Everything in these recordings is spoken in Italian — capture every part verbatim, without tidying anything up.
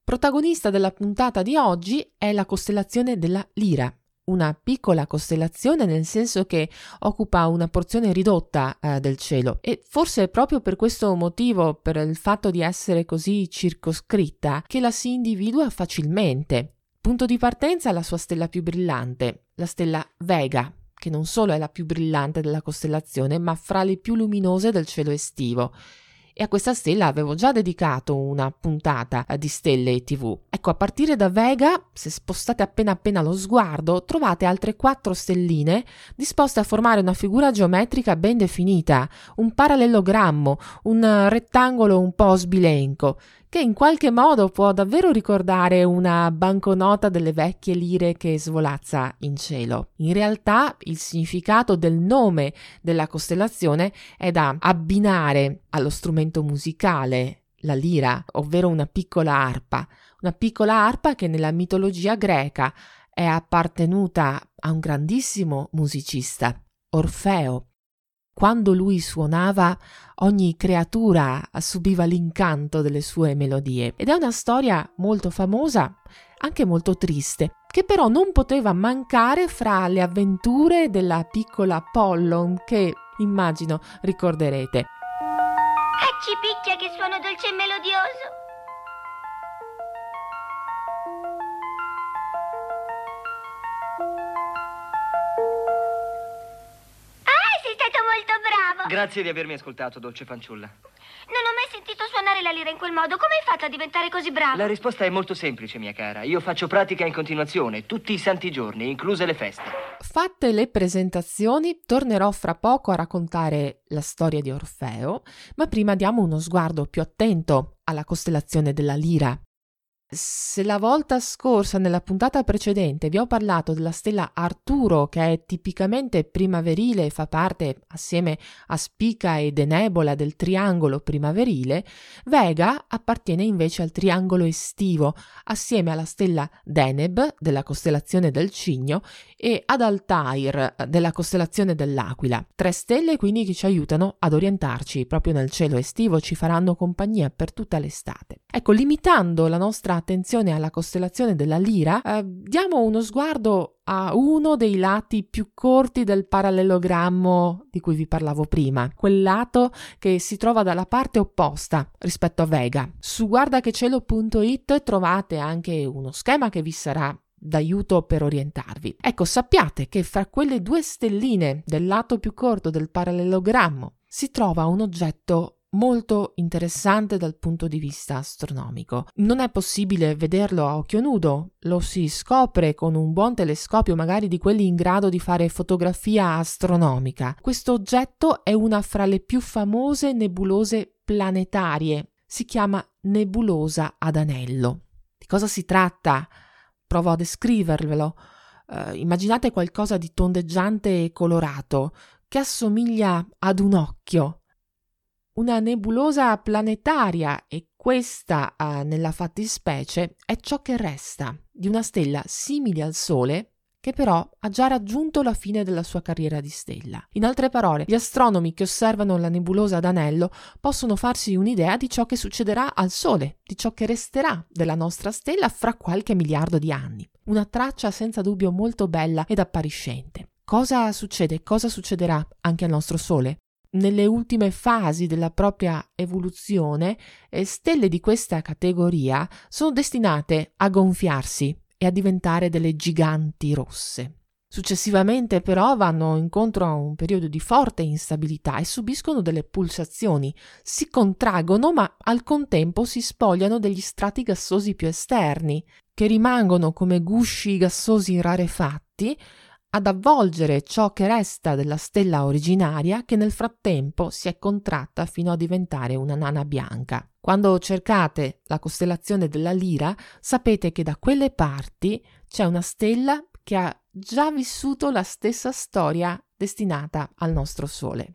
Protagonista della puntata di oggi è la costellazione della Lira, una piccola costellazione nel senso che occupa una porzione ridotta eh, del cielo e forse proprio per questo motivo, per il fatto di essere così circoscritta, che la si individua facilmente. Punto di partenza è la sua stella più brillante, la stella Vega, che non solo è la più brillante della costellazione, ma fra le più luminose del cielo estivo. E a questa stella avevo già dedicato una puntata di stelle tivù. Ecco, a partire da Vega, se spostate appena appena lo sguardo, trovate altre quattro stelline disposte a formare una figura geometrica ben definita, un parallelogrammo, un rettangolo un po' sbilenco, che in qualche modo può davvero ricordare una banconota delle vecchie lire che svolazza in cielo. In realtà il significato del nome della costellazione è da abbinare allo strumento musicale, la lira, ovvero una piccola arpa, una piccola arpa che nella mitologia greca è appartenuta a un grandissimo musicista, Orfeo. Quando lui suonava, ogni creatura subiva l'incanto delle sue melodie. Ed è una storia molto famosa, anche molto triste, che però non poteva mancare fra le avventure della piccola Pollon, che immagino ricorderete. Acci picchia, che suono dolce e melodioso! Molto bravo! Grazie di avermi ascoltato, dolce fanciulla. Non ho mai sentito suonare la lira in quel modo. Come hai fatto a diventare così bravo? La risposta è molto semplice, mia cara. Io faccio pratica in continuazione, tutti i santi giorni, incluse le feste. Fatte le presentazioni, tornerò fra poco a raccontare la storia di Orfeo, ma prima diamo uno sguardo più attento alla costellazione della Lira. Se la volta scorsa, nella puntata precedente, vi ho parlato della stella Arturo, che è tipicamente primaverile e fa parte, assieme a Spica ed Enebola, del triangolo primaverile, Vega appartiene invece al triangolo estivo, assieme alla stella Deneb, della costellazione del Cigno, e ad Altair, della costellazione dell'Aquila. Tre stelle quindi che ci aiutano ad orientarci proprio nel cielo estivo, ci faranno compagnia per tutta l'estate. Ecco, limitando la nostra attenzione alla costellazione della Lira, eh, diamo uno sguardo a uno dei lati più corti del parallelogrammo di cui vi parlavo prima, quel lato che si trova dalla parte opposta rispetto a Vega. Su guardachecielo punto it trovate anche uno schema che vi sarà d'aiuto per orientarvi. Ecco, sappiate che fra quelle due stelline del lato più corto del parallelogrammo si trova un oggetto molto interessante dal punto di vista astronomico. Non è possibile vederlo a occhio nudo, lo si scopre con un buon telescopio, magari di quelli in grado di fare fotografia astronomica. Questo oggetto è una fra le più famose nebulose planetarie, si chiama nebulosa ad anello. Di cosa si tratta? Provo a descrivervelo. Uh, immaginate qualcosa di tondeggiante e colorato che assomiglia ad un occhio. Una nebulosa planetaria, e questa uh, nella fattispecie è ciò che resta di una stella simile al Sole che però ha già raggiunto la fine della sua carriera di stella. In altre parole, gli astronomi che osservano la nebulosa ad anello possono farsi un'idea di ciò che succederà al Sole, di ciò che resterà della nostra stella fra qualche miliardo di anni. Una traccia senza dubbio molto bella ed appariscente. Cosa succede? Cosa succederà anche al nostro Sole? Nelle ultime fasi della propria evoluzione, eh, stelle di questa categoria sono destinate a gonfiarsi e a diventare delle giganti rosse. Successivamente però vanno incontro a un periodo di forte instabilità e subiscono delle pulsazioni, si contraggono ma al contempo si spogliano degli strati gassosi più esterni, che rimangono come gusci gassosi rarefatti ad avvolgere ciò che resta della stella originaria, che nel frattempo si è contratta fino a diventare una nana bianca. Quando cercate la costellazione della Lira, sapete che da quelle parti c'è una stella che ha già vissuto la stessa storia destinata al nostro Sole.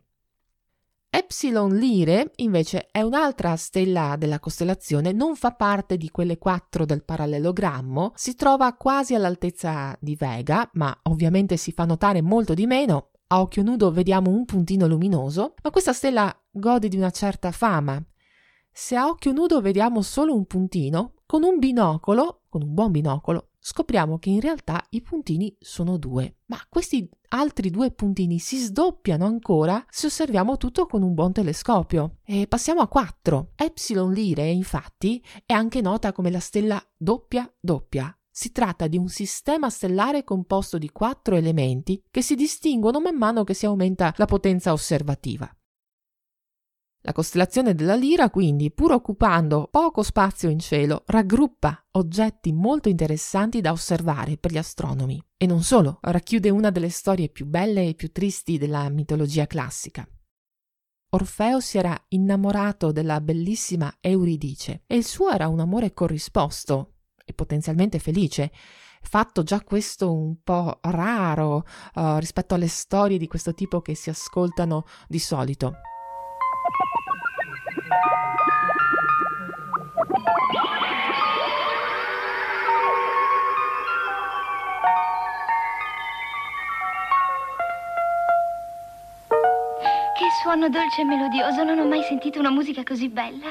Epsilon Lyrae invece è un'altra stella della costellazione, non fa parte di quelle quattro del parallelogrammo, si trova quasi all'altezza di Vega, ma ovviamente si fa notare molto di meno. A occhio nudo vediamo un puntino luminoso, ma questa stella gode di una certa fama. Se a occhio nudo vediamo solo un puntino, Con un binocolo, con un buon binocolo, scopriamo che in realtà i puntini sono due, ma questi altri due puntini si sdoppiano ancora se osserviamo tutto con un buon telescopio. E passiamo a quattro. Epsilon Lyrae, infatti, è anche nota come la stella doppia doppia. Si tratta di un sistema stellare composto di quattro elementi che si distinguono man mano che si aumenta la potenza osservativa. La costellazione della Lira, quindi, pur occupando poco spazio in cielo, raggruppa oggetti molto interessanti da osservare per gli astronomi. E non solo, racchiude una delle storie più belle e più tristi della mitologia classica. Orfeo si era innamorato della bellissima Euridice e il suo era un amore corrisposto e potenzialmente felice, fatto già questo un po' raro uh, rispetto alle storie di questo tipo che si ascoltano di solito. Che suono dolce e melodioso, non ho mai sentito una musica così bella.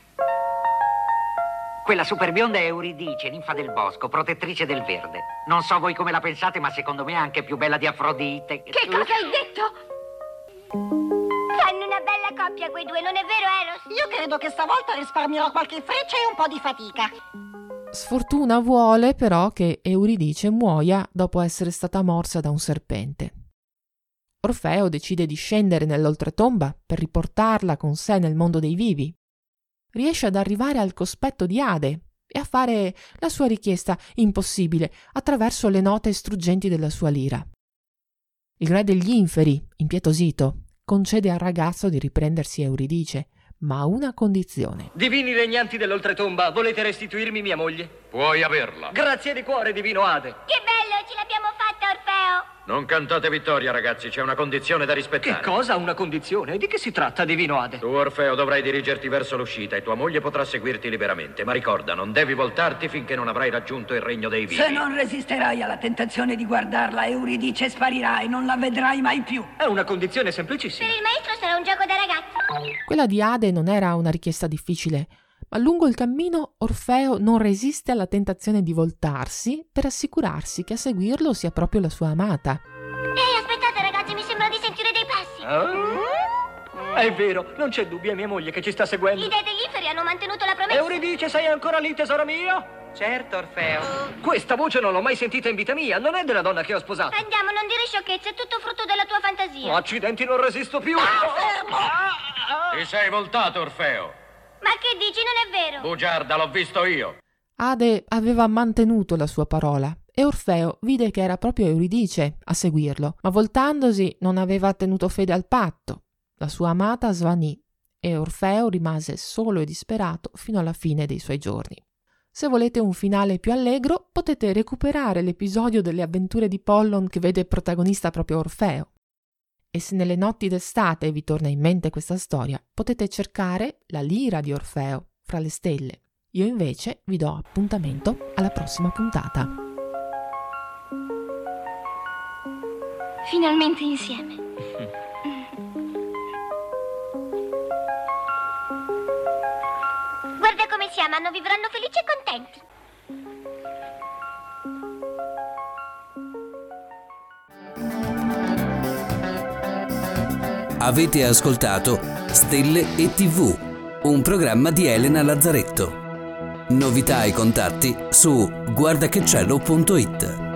Quella superbionda è Euridice, ninfa del bosco, protettrice del verde. Non so voi come la pensate, ma secondo me è anche più bella di Afrodite. Che cosa hai detto? Fanno una bella coppia quei due, non è vero, Eros? Io credo che stavolta risparmierò qualche freccia e un po' di fatica. Sfortuna vuole però che Euridice muoia dopo essere stata morsa da un serpente. Orfeo decide di scendere nell'oltretomba per riportarla con sé nel mondo dei vivi. Riesce ad arrivare al cospetto di Ade e a fare la sua richiesta impossibile attraverso le note struggenti della sua lira. Il re degli inferi, impietosito, concede al ragazzo di riprendersi Euridice, ma a una condizione. Divini regnanti dell'oltretomba, volete restituirmi mia moglie? Puoi averla. Grazie di cuore, divino Ade. Che bello, ce l'abbiamo fatta, Orfeo! Non cantate vittoria, ragazzi, c'è una condizione da rispettare. Che cosa? Una condizione? Di che si tratta, divino Ade? Tu, Orfeo, dovrai dirigerti verso l'uscita e tua moglie potrà seguirti liberamente. Ma ricorda, non devi voltarti finché non avrai raggiunto il regno dei vivi. Se non resisterai alla tentazione di guardarla, Euridice sparirai, non la vedrai mai più. È una condizione semplicissima. Per il maestro sarà un gioco da ragazzi. Quella di Ade non era una richiesta difficile, ma lungo il cammino Orfeo non resiste alla tentazione di voltarsi per assicurarsi che a seguirlo sia proprio la sua amata. Ehi, aspettate ragazzi, mi sembra di sentire dei passi. Oh? È vero, non c'è dubbio, è mia moglie che ci sta seguendo. I dei degli inferi hanno mantenuto la promessa. Euridice, sei ancora lì, tesoro mio? Certo, Orfeo. Questa voce non l'ho mai sentita in vita mia, non è della donna che ho sposato. Andiamo, non dire sciocchezze, è tutto frutto della tua fantasia. Accidenti, non resisto più. Ti sei voltato, Orfeo. Ma che dici, non è vero? Bugiarda, l'ho visto io. Ade aveva mantenuto la sua parola e Orfeo vide che era proprio Euridice a seguirlo, ma voltandosi non aveva tenuto fede al patto. La sua amata svanì e Orfeo rimase solo e disperato fino alla fine dei suoi giorni. Se volete un finale più allegro, potete recuperare l'episodio delle avventure di Pollon che vede protagonista proprio Orfeo. E se nelle notti d'estate vi torna in mente questa storia, potete cercare la lira di Orfeo fra le stelle. Io invece vi do appuntamento alla prossima puntata. Finalmente insieme. Guarda come si amano, vivranno felici e contenti. Avete ascoltato Stelle e tivù, un programma di Elena Lazzaretto. Novità e contatti su guardachecielo punto it.